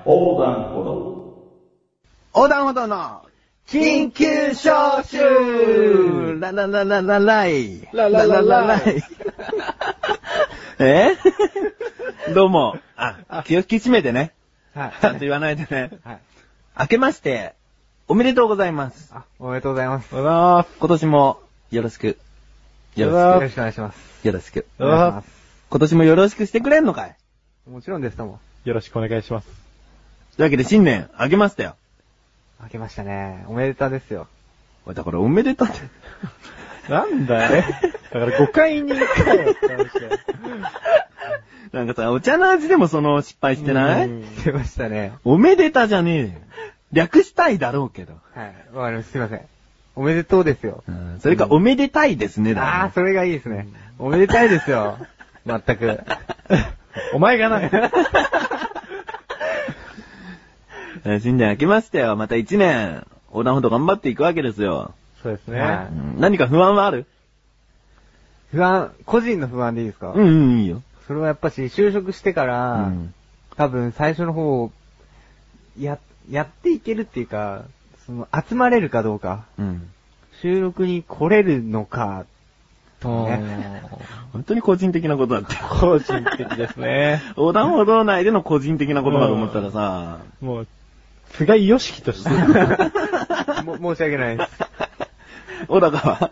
横断歩道。 横断歩道の緊急招集ラララララライララララライどうも。気を引き締めてね。 はい。 ちゃんと言わないでね。 はい。 明けまして、おめでとうございます。 おめでとうございます。 今年もよろしく。 よろしくお願いします。 よろしく。 お願いします。 今年もよろしくしてくれんのかい？ もちろんですとも。 よろしくお願いします。 というわけで新年明けましたよ。 明けましたね。おめでたですよ。 だからおめでとうって。 なんだよ。だから5回に1回やったんですよ。 なんかさ、お茶の味でもその失敗してない？ してましたね。 おめでたじゃねえよ。略したいだろうけど。 はい。わかります。すいません。おめでとうですよ。 それか、おめでたいですね、 だね。それがいいですね。おめでたいですよ。まったく。 お前がな。 新年明けましたよ。また1年、横断歩道頑張っていくわけですよ。 そうですね。 何か不安はある？ 不安、個人の不安でいいですか？ いいよ。 それはやっぱし、就職してから、多分最初の方、やっていけるっていうか、集まれるかどうか。収録に来れるのか、とね。 本当に個人的なことだって。 個人的ですね。 横断歩道内での個人的なことだと思ったらさ、 もう、菅井良樹として。 申し訳ないです。 小高は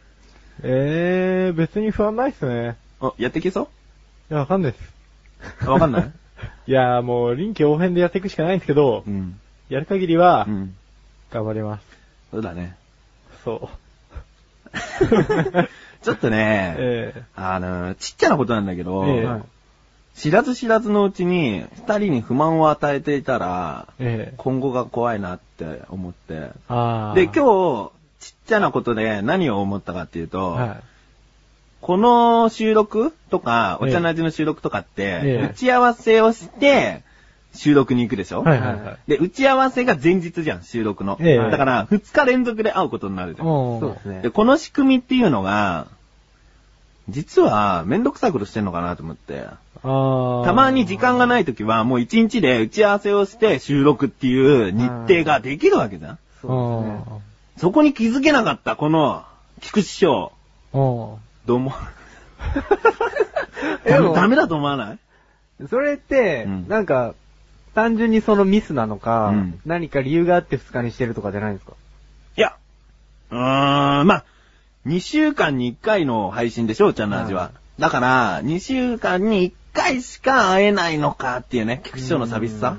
別に不安ないっすね。 やっていけそう？ いや、わかんないです。 わかんない？ いや、もう臨機応変でやっていくしかないんですけど、やる限りは、頑張ります。 そうだね。 そう。 ちょっとね、ちっちゃなことなんだけど、知らず知らずのうちに二人に不満を与えていたら、今後が怖いなって思って。で、今日、ちっちゃなことで何を思ったかっていうと、この収録とか、お茶の味の収録とかって、打ち合わせをして、収録に行くでしょ？で、打ち合わせが前日じゃん、収録の。だから、2日連続で会うことになるじゃん。 そうですね。 で、この仕組みっていうのが、実は、めんどくさいことしてんのかなと思って。たまに時間がないときは、もう1日で打ち合わせをして収録っていう日程ができるわけじゃん。 そうですね。 そこに気づけなかった、この、菊師匠。どうも。ダメだと思わない？ それって、なんか、単純にそのミスなのか、何か理由があって2日にしてるとかじゃないんですか？ いや、まあ、2週間に1回の配信でしょ、お茶の味は。だから、2週間に1回しか会えないのかっていうね、菊師匠の寂しさ。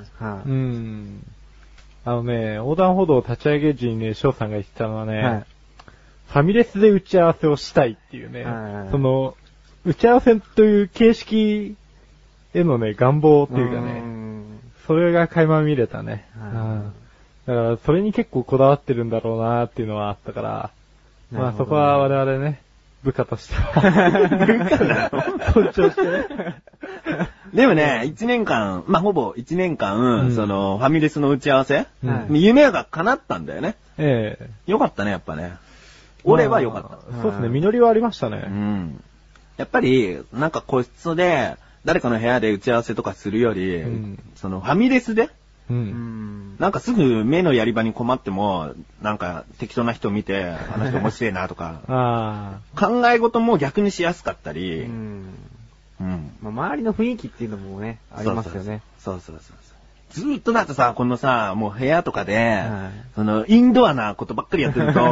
横断歩道を立ち上げ時にね、翔さんが言ってたのはね、ファミレスで打ち合わせをしたいっていうね、打ち合わせという形式へのね、願望っていうかね、それが垣間見れたね。だから、それに結構こだわってるんだろうなっていうのはあったから、まあそこは我々ね、部下としては。 部下なの？ 尊重してね。 でもね、1年間、まあほぼ1年間、その、ファミレスの打ち合わせ、夢が叶ったんだよね。よかったね、やっぱね。俺はよかった。 そうですね、実りはありましたね。 やっぱり、なんか個室で、誰かの部屋で打ち合わせとかするより、そのファミレスで、なんかすぐ目のやり場に困っても、なんか適当な人見て、あの人面白いなとか、考え事も逆にしやすかったり、 周りの雰囲気っていうのもね、ありますよね。 そう。ずーっとだってさ、このさ、もう部屋とかで、その、インドアなことばっかりやってると、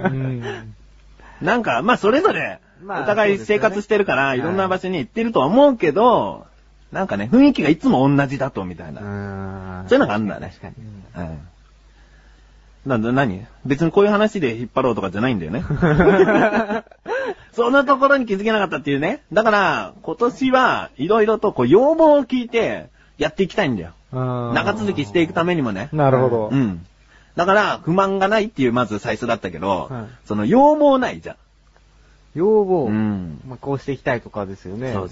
なんか、まあそれぞれ、お互い生活してるから、いろんな場所に行ってるとは思うけど、なんかね、雰囲気がいつも同じだと、みたいな。そういうのがあるんだね。 確かに。 何別にこういう話で引っ張ろうとかじゃないんだよね。そんなところに気づけなかったっていうね。だから、今年はいろいろとこう要望を聞いてやっていきたいんだよ。長続きしていくためにもね。 なるほど。 だから、不満がないっていうまず最初だったけど、その要望ないじゃん。 要望、こうしていきたいとかですよね。 そう。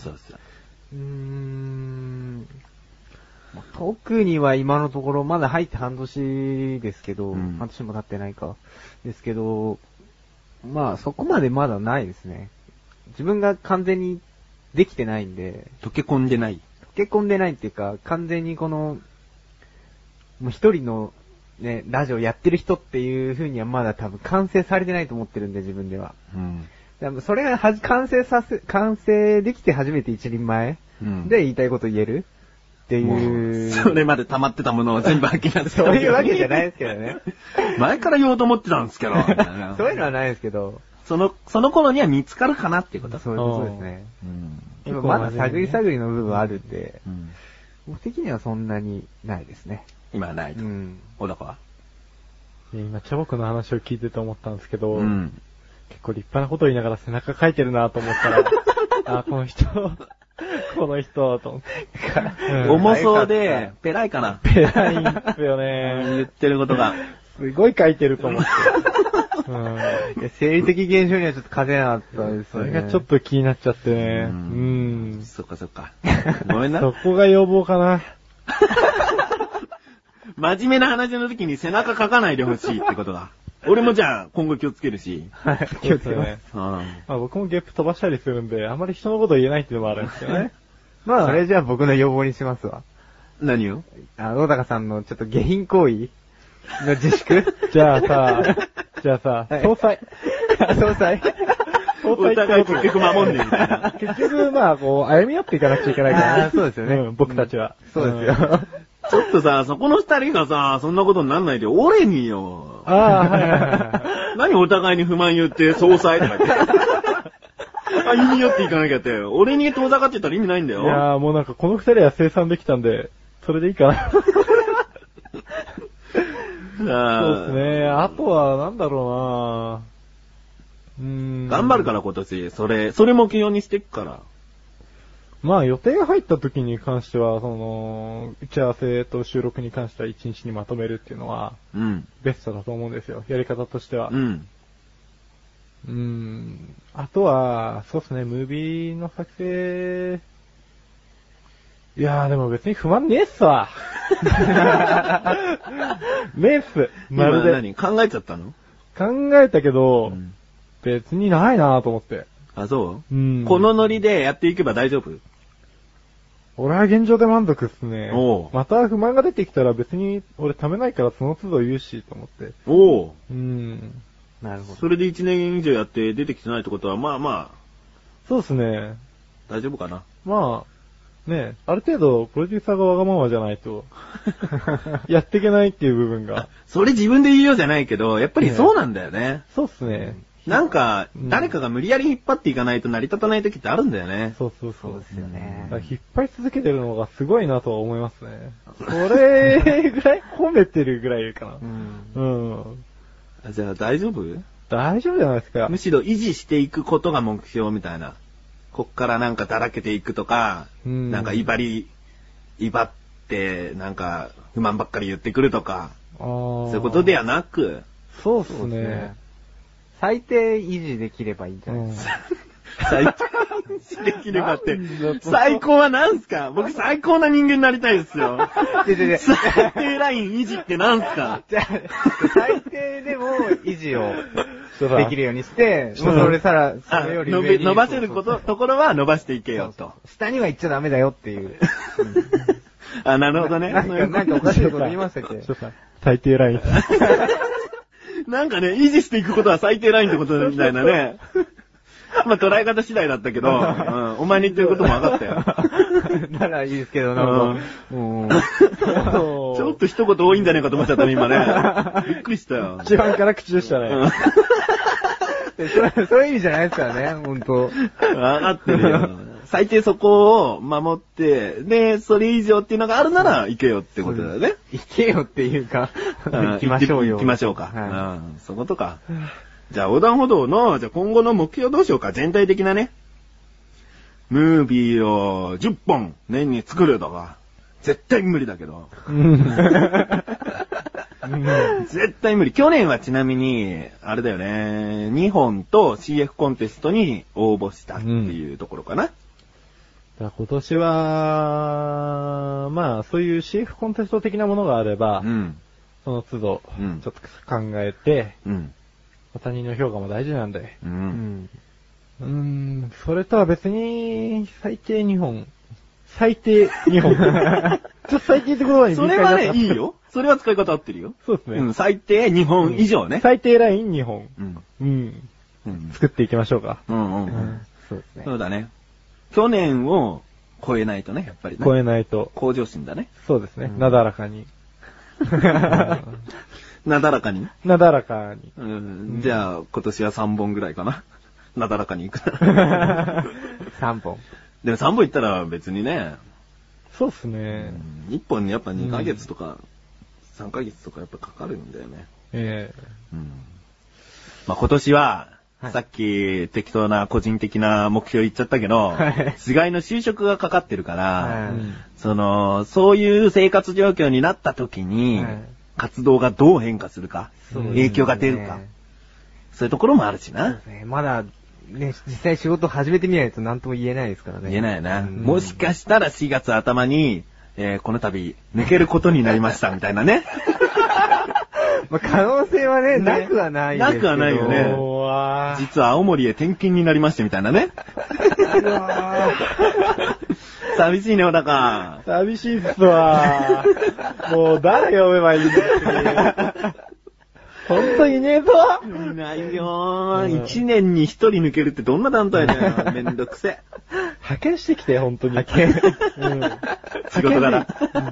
特には今のところ、まだ入って半年ですけど、半年も経ってないか。ですけど、まあそこまでまだないですね。自分が完全にできてないんで。 溶け込んでないっていうか、完全にこの、 もう一人のね、ラジオやってる人っていう風にはまだ多分完成されてないと思ってるんで、自分では。それが完成できて初めて一人前で言いたいこと言えるっていう。 それまで溜まってたものを全部吐き出す。 そういうわけじゃないですけどね。 前から言おうと思ってたんですけど。 そういうのはないですけど。 その頃には見つかるかなっていうこと。 そういうことですね。今まだ探り探りの部分はあるんで、僕的にはそんなにないですね。 今はないと。小高は今、茶僕の話を聞いてて思ったんですけど、結構立派なことを言いながら背中書いてるなと思ったら、あ、この人、と思って。 重そうで、ペライかな。 ペライんですよね。 言ってることが。 すごい書いてると思って。 生理的現象にはちょっと勝てなかったですね。 それがちょっと気になっちゃってね。 そっかそっか。ごめんな。 そこが要望かな。 真面目な話の時に背中書かないでほしいってことだ。俺もじゃあ今後気をつけるし。 はい、気をつけます。 僕もゲップ飛ばしたりするんで、あまり人のこと言えないっていうのもあるんですよね。 まあ、それじゃあ僕の要望にしますわ。 何を？ 小高さんのちょっと下品行為の自粛じゃあさ、総裁。 お互い結局守んねえみたいな。 結局、まあ、こう、歩み寄っていかなくちゃいけないからね。 そうですよね。 僕たちは。 そうですよ。 ちょっとさ、そこの二人がさ、そんなことになんないで、俺によ。何お互いに不満言って、総裁とか言って。歩み寄っていかなきゃって。俺に遠ざかってたら意味ないんだよ。 いやーもうなんかこの二人は生産できたんで、それでいいかな。そうですね。あとは、なんだろうな頑張るから今年、それ目標にしていくから。 まあ予定が入った時に関しては、打ち合わせと収録に関しては1日にまとめるっていうのは、ベストだと思うんですよ。やり方としては。あとは、そうですね、ムービーの作成、いやーでも別に不満ねえっすわ。ねえっす。 まるで。何考えちゃったの？ 考えたけど、別にないなぁと思って。 あ、そう？このノリでやっていけば大丈夫？ 俺は現状で満足っすね。また不満が出てきたら別に俺貯めないからその都度言うしと思って。 なるほど。 それで1年以上やって出てきてないってことは、まあまあ。 そうですね。 大丈夫かな。 まあ、ね、ある程度プロデューサーがわがままじゃないと、やっていけないっていう部分が。 それ自分で言うようじゃないけど、やっぱりそうなんだよね。 そうっすね。 なんか、誰かが無理やり引っ張っていかないと成り立たない時ってあるんだよね。 そうですよね。 引っ張り続けてるのがすごいなとは思いますね。それぐらい褒めてるぐらいかな。 じゃあ大丈夫？ 大丈夫じゃないですか。 むしろ維持していくことが目標みたいな。こっからなんかだらけていくとか、なんか威張って、なんか不満ばっかり言ってくるとか、そういうことではなく。 そうっすね。 最低維持できればいいんじゃないですか。 最低維持できればって。最高は何すか？僕最高な人間になりたいですよ。最低ライン維持って何すか？ じゃあ、最低でも維持をできるようにして、それより上に伸ばせるところは伸ばしていけよと。 下には行っちゃダメだよっていう。 あ、なるほどね。 なんかおかしいこと言いましたっけ？ 最低ライン。 なんかね、維持していくことは最低ラインってことみたいなね。まあ捉え方次第だったけど、お前に言ってることも分かったよ。 ならいいですけど、なんか、 ちょっと一言多いんじゃねえかと思っちゃったね、今ね。びっくりしたよ。 一番から口でしたね。 そういう意味じゃないですからね、ほんと。 分かってるよ。最低そこを守って、で、それ以上っていうのがあるなら行けよってことだよね。 行けよっていうか、行きましょうよ。 行きましょうか。そういうことか。じゃあ横断歩道の、じゃあ今後の目標どうしようか。全体的なね。ムービーを10本年に作るとか。絶対無理だけど。絶対無理。去年はちなみに、あれだよね、2本と CF コンテストに応募したっていうところかな。 今年は、まあそういう CF コンテスト的なものがあれば、その都度、ちょっと考えて、他人の評価も大事なんで。それとは別に、最低2本。最低2本。 ちょっと最低って言葉にそれはね、いいよ。それは使い方合ってるよ。 そうですね。 うん、最低2本以上ね。 最低ライン2本。 うん。 作っていきましょうか。 そうですね。 そうだね。去年を超えないとね、やっぱりね。 超えないと。 向上心だね。 そうですね。なだらかに。 なだらかになだらかに。 じゃあ、今年は3本ぐらいかな。なだらかにいく。 3本。 でも3本いったら別にね。 そうっすね。 1本にやっぱ2ヶ月とか、3ヶ月とかやっぱかかるんだよね。まあ今年は、さっき適当な個人的な目標言っちゃったけど、菅井の就職がかかってるから、そういう生活状況になった時に、活動がどう変化するか、影響が出るか、そういうところもあるしな。 まだ、ね、実際仕事始めてみないと何とも言えないですからね。 言えないな。もしかしたら4月頭に、この度、抜けることになりましたみたいなね。 まあ、可能性はね、なくはないですけど。 なくはないよね。実は青森へ転勤になりましてみたいなね。寂しいね、小高。 寂しいっすわ。もう誰呼べばいいんだって。ほんといねえぞ。 いないよー。1年に1人抜けるってどんな団体だよ。めんどくせ。 派遣してきて、ほんとに。派遣。 仕事柄。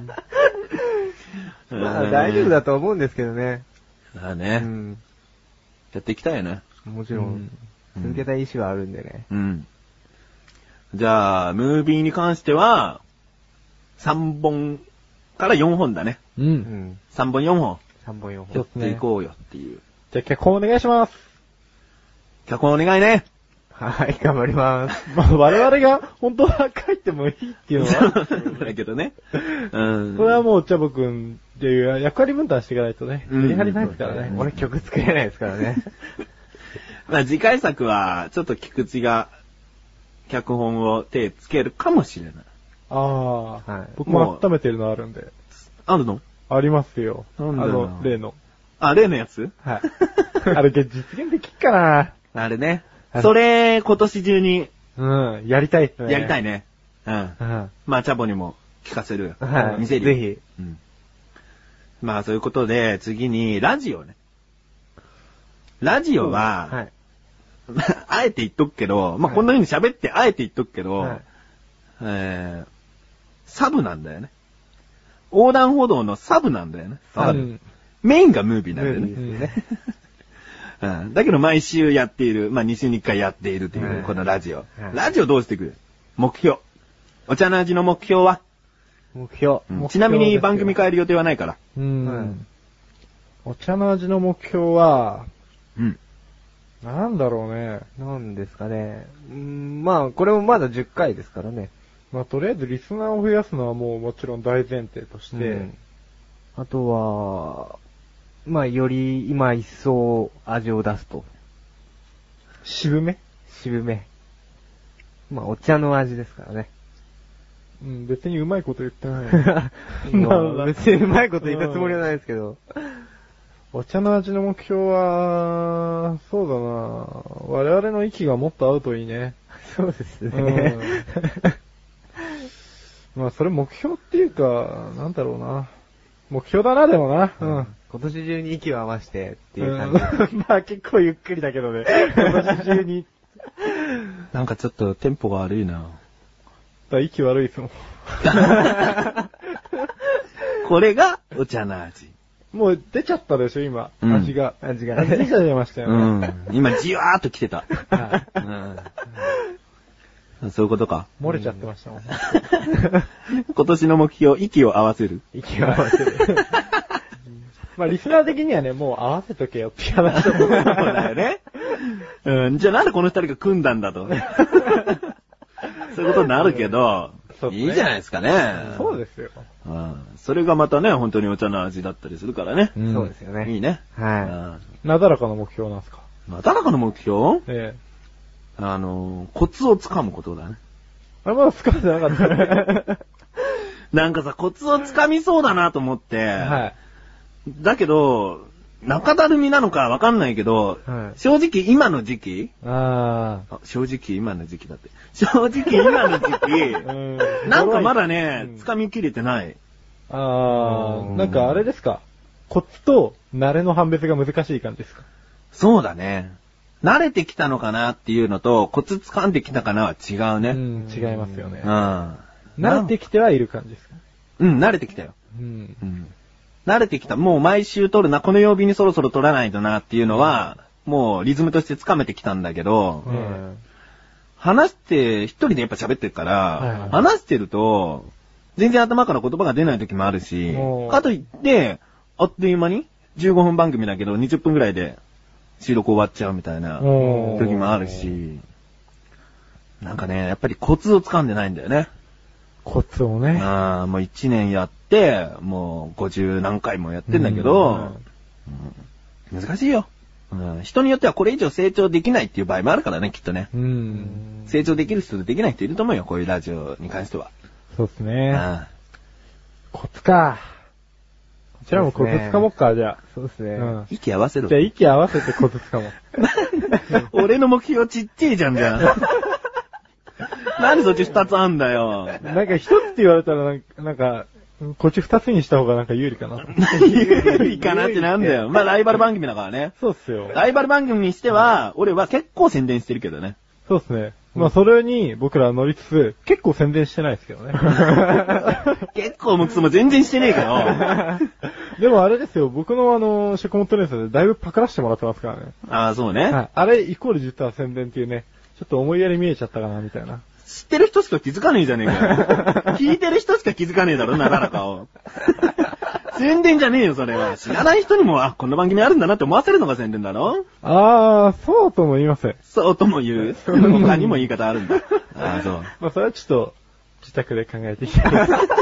まあ大丈夫だと思うんですけどね。 まあね。やっていきたいよね。 もちろん。続けたい意思はあるんでね。 じゃあ、ムービーに関しては、3本から4本だね。3本4本。 3本4本。 やっていこうよっていう。 じゃあ脚本お願いします。 脚本お願いね。 はい、頑張ります。 まあ我々が本当は書いてもいいっていうのは。 だけどね。 これはもうチャボくんっていう役割分担していかないとね。メリハリないですからね。 俺曲作れないですからね。 まあ次回作は、ちょっと菊池が、脚本を手つけるかもしれない。 僕も温めてるのあるんで。 あるの？ ありますよ。例の。 例のやつ？ はい。あれ実現できっかな。 あれね。それ、今年中に。 やりたいっすね。 やりたいね。まあ、チャボにも聞かせる。見せる。 ぜひ。 まあ、そういうことで、次に、ラジオね。ラジオは、あえて言っとくけど、まあ、こんな風に喋ってあえて言っとくけど、サブなんだよね。横断歩道のサブなんだよね。メインがムービーなんだよね。だけど毎週やっている、まあ2週に1回やっているという、このラジオ。ラジオどうしていく？目標。お茶の味の目標は？ 目標。 ちなみに番組変える予定はないから。 お茶の味の目標は、なんだろうね。 なんですかね。まあ、これもまだ10回ですからね。 まあ、とりあえずリスナーを増やすのはもちろん大前提として、 あとは、まあ、より今一層味を出すと。 渋め。 まあ、お茶の味ですからね。 別にうまいこと言ってない。 別にうまいこと言ったつもりはないですけど。 お茶の味の目標は、そうだな。我々の息がもっと合うといいね。 そうですね。 まあ、それ目標っていうか、なんだろうな。目標だな、でもな。 今年中に息を合わせてっていう感じ。 まあ結構ゆっくりだけどね。今年中に。 なんかちょっとテンポが悪いな。 息悪いですもん。 これがお茶の味。 もう出ちゃったでしょ、今。味が。味出ちゃいましたよね。 今じわーっと来てた。そういうことか。 漏れちゃってましたもん。 今年の目標、息を合わせる。 息を合わせる。 まあ、リスナー的にはね、もう合わせとけよって話だと思うんだよね。 じゃあなんでこの二人が組んだんだと。そういうことになるけど、いいじゃないですかね。 そうですよ。 それがまたね、本当にお茶の味だったりするからね。 そうですよね。 いいね。 なだらかな目標なんですか？ なだらかな目標？コツをつかむことだね。 あれまだつかんでなかった。 なんかさ、コツをつかみそうだなと思って、だけど、中だるみなのかわかんないけど、正直今の時期正直今の時期だって。正直今の時期、なんかまだね、つかみきれてない。 なんかあれですか。コツと慣れの判別が難しい感じですか？ そうだね。慣れてきたのかなっていうのと、コツ掴んできたかなは違うね。 違いますよね。 慣れてきてはいる感じですか？ 慣れてきたよ。慣れてきた。もう毎週撮るな、この曜日にそろそろ撮らないとなっていうのは、もうリズムとして掴めてきたんだけど、話して一人でやっぱ喋ってるから、話してると、全然頭から言葉が出ない時もあるし、かといって、あっという間に15分番組だけど20分ぐらいで収録終わっちゃうみたいな時もあるし、なんかね、やっぱりコツを掴んでないんだよね。 コツをね。 もう1年やって、もう50何回もやってんだけど、難しいよ。人によってはこれ以上成長できないっていう場合もあるからね、きっとね。成長できる人とできない人いると思うよ、こういうラジオに関しては。 そうですね。コツか。こちらもコツ掴もっか、じゃあ。 そうですね。 息合わせろ。 じゃあ息合わせてコツ掴もう。 俺の目標ちっちゃいじゃん。なんでそっち2つあんだよ。 なんか1つって言われたらなんか、こっち2つにした方がなんか有利かな。 有利かなってなんだよ。まあライバル番組だからね。 そうっすよ。 ライバル番組にしては、俺は結構宣伝してるけどね。 そうっすね。まあそれに僕ら乗りつつ、結構宣伝してないですけどね。 結構も全然してねえけど。 でもあれですよ、僕の食物トレースでだいぶパクらしてもらってますからね。 ああ、そうね。 はい。あれイコール実は宣伝っていうね、ちょっと思いやり見えちゃったかな、みたいな。 知ってる人しか気づかねえじゃねえかよ。聞いてる人しか気づかねえだろ、なかなかを。宣伝じゃねえよ、それは。知らない人にも、あ、こんな番組あるんだなって思わせるのが宣伝だろ？ そうとも言いません。 そうとも言う。他にも言い方あるんだ。ああ、そう。 まあ、それはちょっと、自宅で考えていきたい。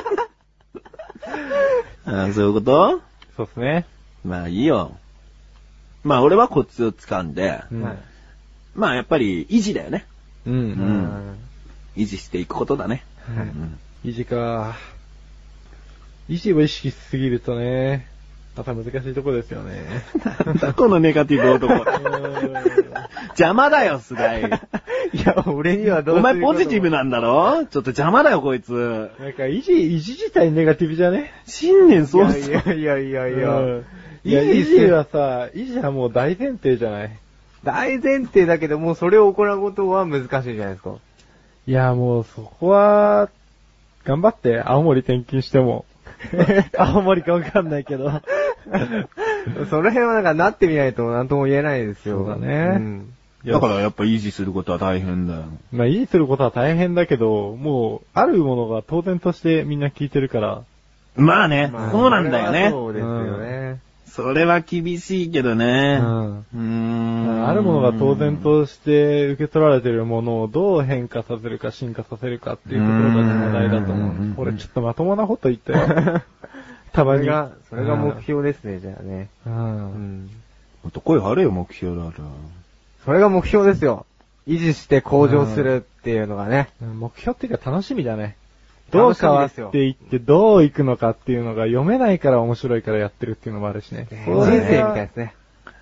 ああ、そういうこと？ そうですね。 まあいいよ。まあ俺はコツを掴んで、まあやっぱり維持だよね。維持していくことだね。 維持か。維持を意識しすぎるとね、また難しいとこですよね。 なんだこのネガティブ男。邪魔だよ、すがい。 いや、俺にはどうお前ポジティブなんだろ？ちょっと邪魔だよ、こいつ。 なんか維持自体ネガティブじゃね？ 信念そうっす。 いや。 維持はさ、維持はもう大前提じゃない。 大前提だけど、もうそれを行うことは難しいじゃないですか。 いや、もうそこは、頑張って、青森転勤しても。青森かわかんないけど。 その辺はなんかなってみないと何とも言えないですよ。 そうだね。 だからやっぱ維持することは大変だよ。 まあ維持することは大変だけど、もう、あるものが当然としてみんな聞いてるから。 まあね、そうなんだよね。 そうですよね。 それは厳しいけどね。 あるものが当然として受け取られているものをどう変化させるか進化させるかっていうところが問題だと思う。俺ちょっとまともなこと言ったよ。たまに。 それが目標ですね、じゃあね。 もっと声張れよ、目標だから。 それが目標ですよ。維持して向上するっていうのがね。 目標っていうか楽しみだね。どう変わっていってどう行くのかっていうのが読めないから面白いからやってるっていうのもあるしね。 人生みたいですね。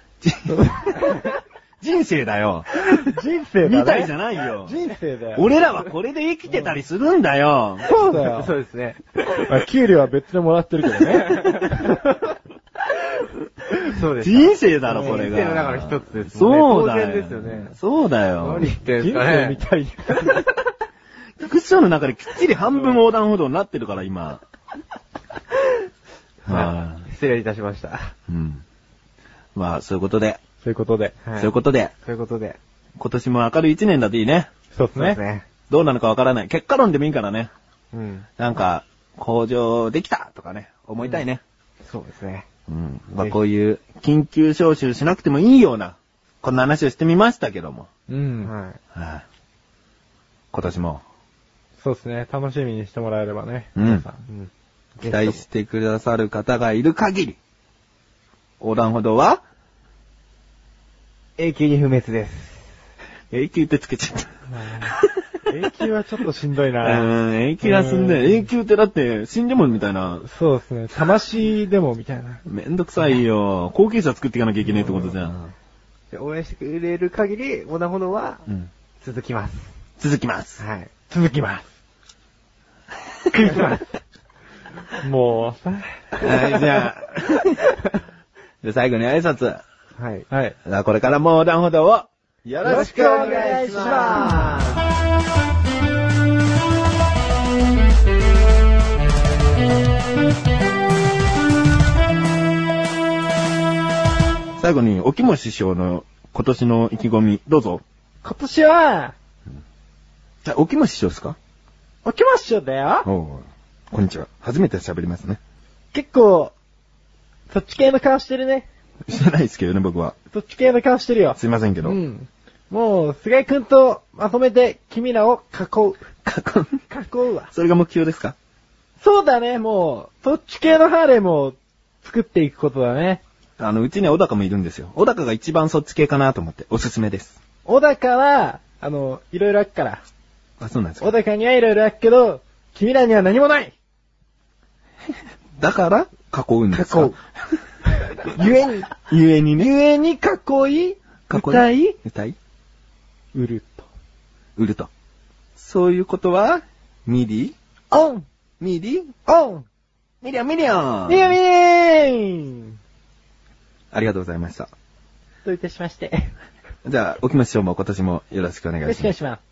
人生だよ。 人生だね。 みたいじゃないよ。 人生だよ。 俺らはこれで生きてたりするんだよ。 そうだよ。 そうですね。 給料は別でもらってるけどね。 そうです。 人生だろ、これが。 人生の中の一つですもんね。 そうだよ。 当然ですよね。 そうだよ。 何言ってんすかね。 人生みたい。 クッションの中できっちり半分横断歩道になってるから、今。 失礼いたしました。 まあ、そういうことで。 そういうことで。 今年も明るい一年だといいね。 そうですね。 どうなのかわからない。結果論でもいいからね。なんか、向上できたとかね、思いたいね。 そうですね。 まあこういう緊急招集しなくてもいいような、こんな話をしてみましたけども。今年も。 そうですね。楽しみにしてもらえればね。 期待してくださる方がいる限り、横断歩道は永久に不滅です。 永久ってつけちゃった。 永久はちょっとしんどいな。 永久はしんどい。永久ってだって死んでもみたいな。 そうですね。魂でもみたいな。 めんどくさいよ。後継者作っていかなきゃいけないってことじゃん。 応援してくれる限り、横断歩道は続きます。 続きます。 続きます。 もう、 はい、じゃあ。で、最後に挨拶。 はい。 はい。 これからも横断歩道をよろしくお願いします。最後に、おきも師匠の今年の意気込み、どうぞ。 今年は、 おきも師匠ですか？ おきも師匠だよ。 こんにちは。初めて喋りますね。 結構、そっち系の顔してるね。 してないですけどね、僕は。 そっち系の顔してるよ。 すいませんけど。 もう、菅井くんとまとめて君らを囲うわ。 それが目標ですか？ そうだね、もう、そっち系のハーレーも作っていくことだね。 うちには小高もいるんですよ。小高が一番そっち系かなと思って、おすすめです。 小高は、いろいろあっから。 あ、そうなんですか。 小高にはいろいろあっけど、君らには何もないだから、囲うんですか？ ゆえに。 ゆえにね。 ゆえに囲い歌い売ると。 売ると。そういうことは、ミリオンミリオンミリオンミリオンミリオンミリンありがとうございました。 どういたしまして。 じゃあ、おきましょうも今年もよろしくお願いします。 よろしくお願いします。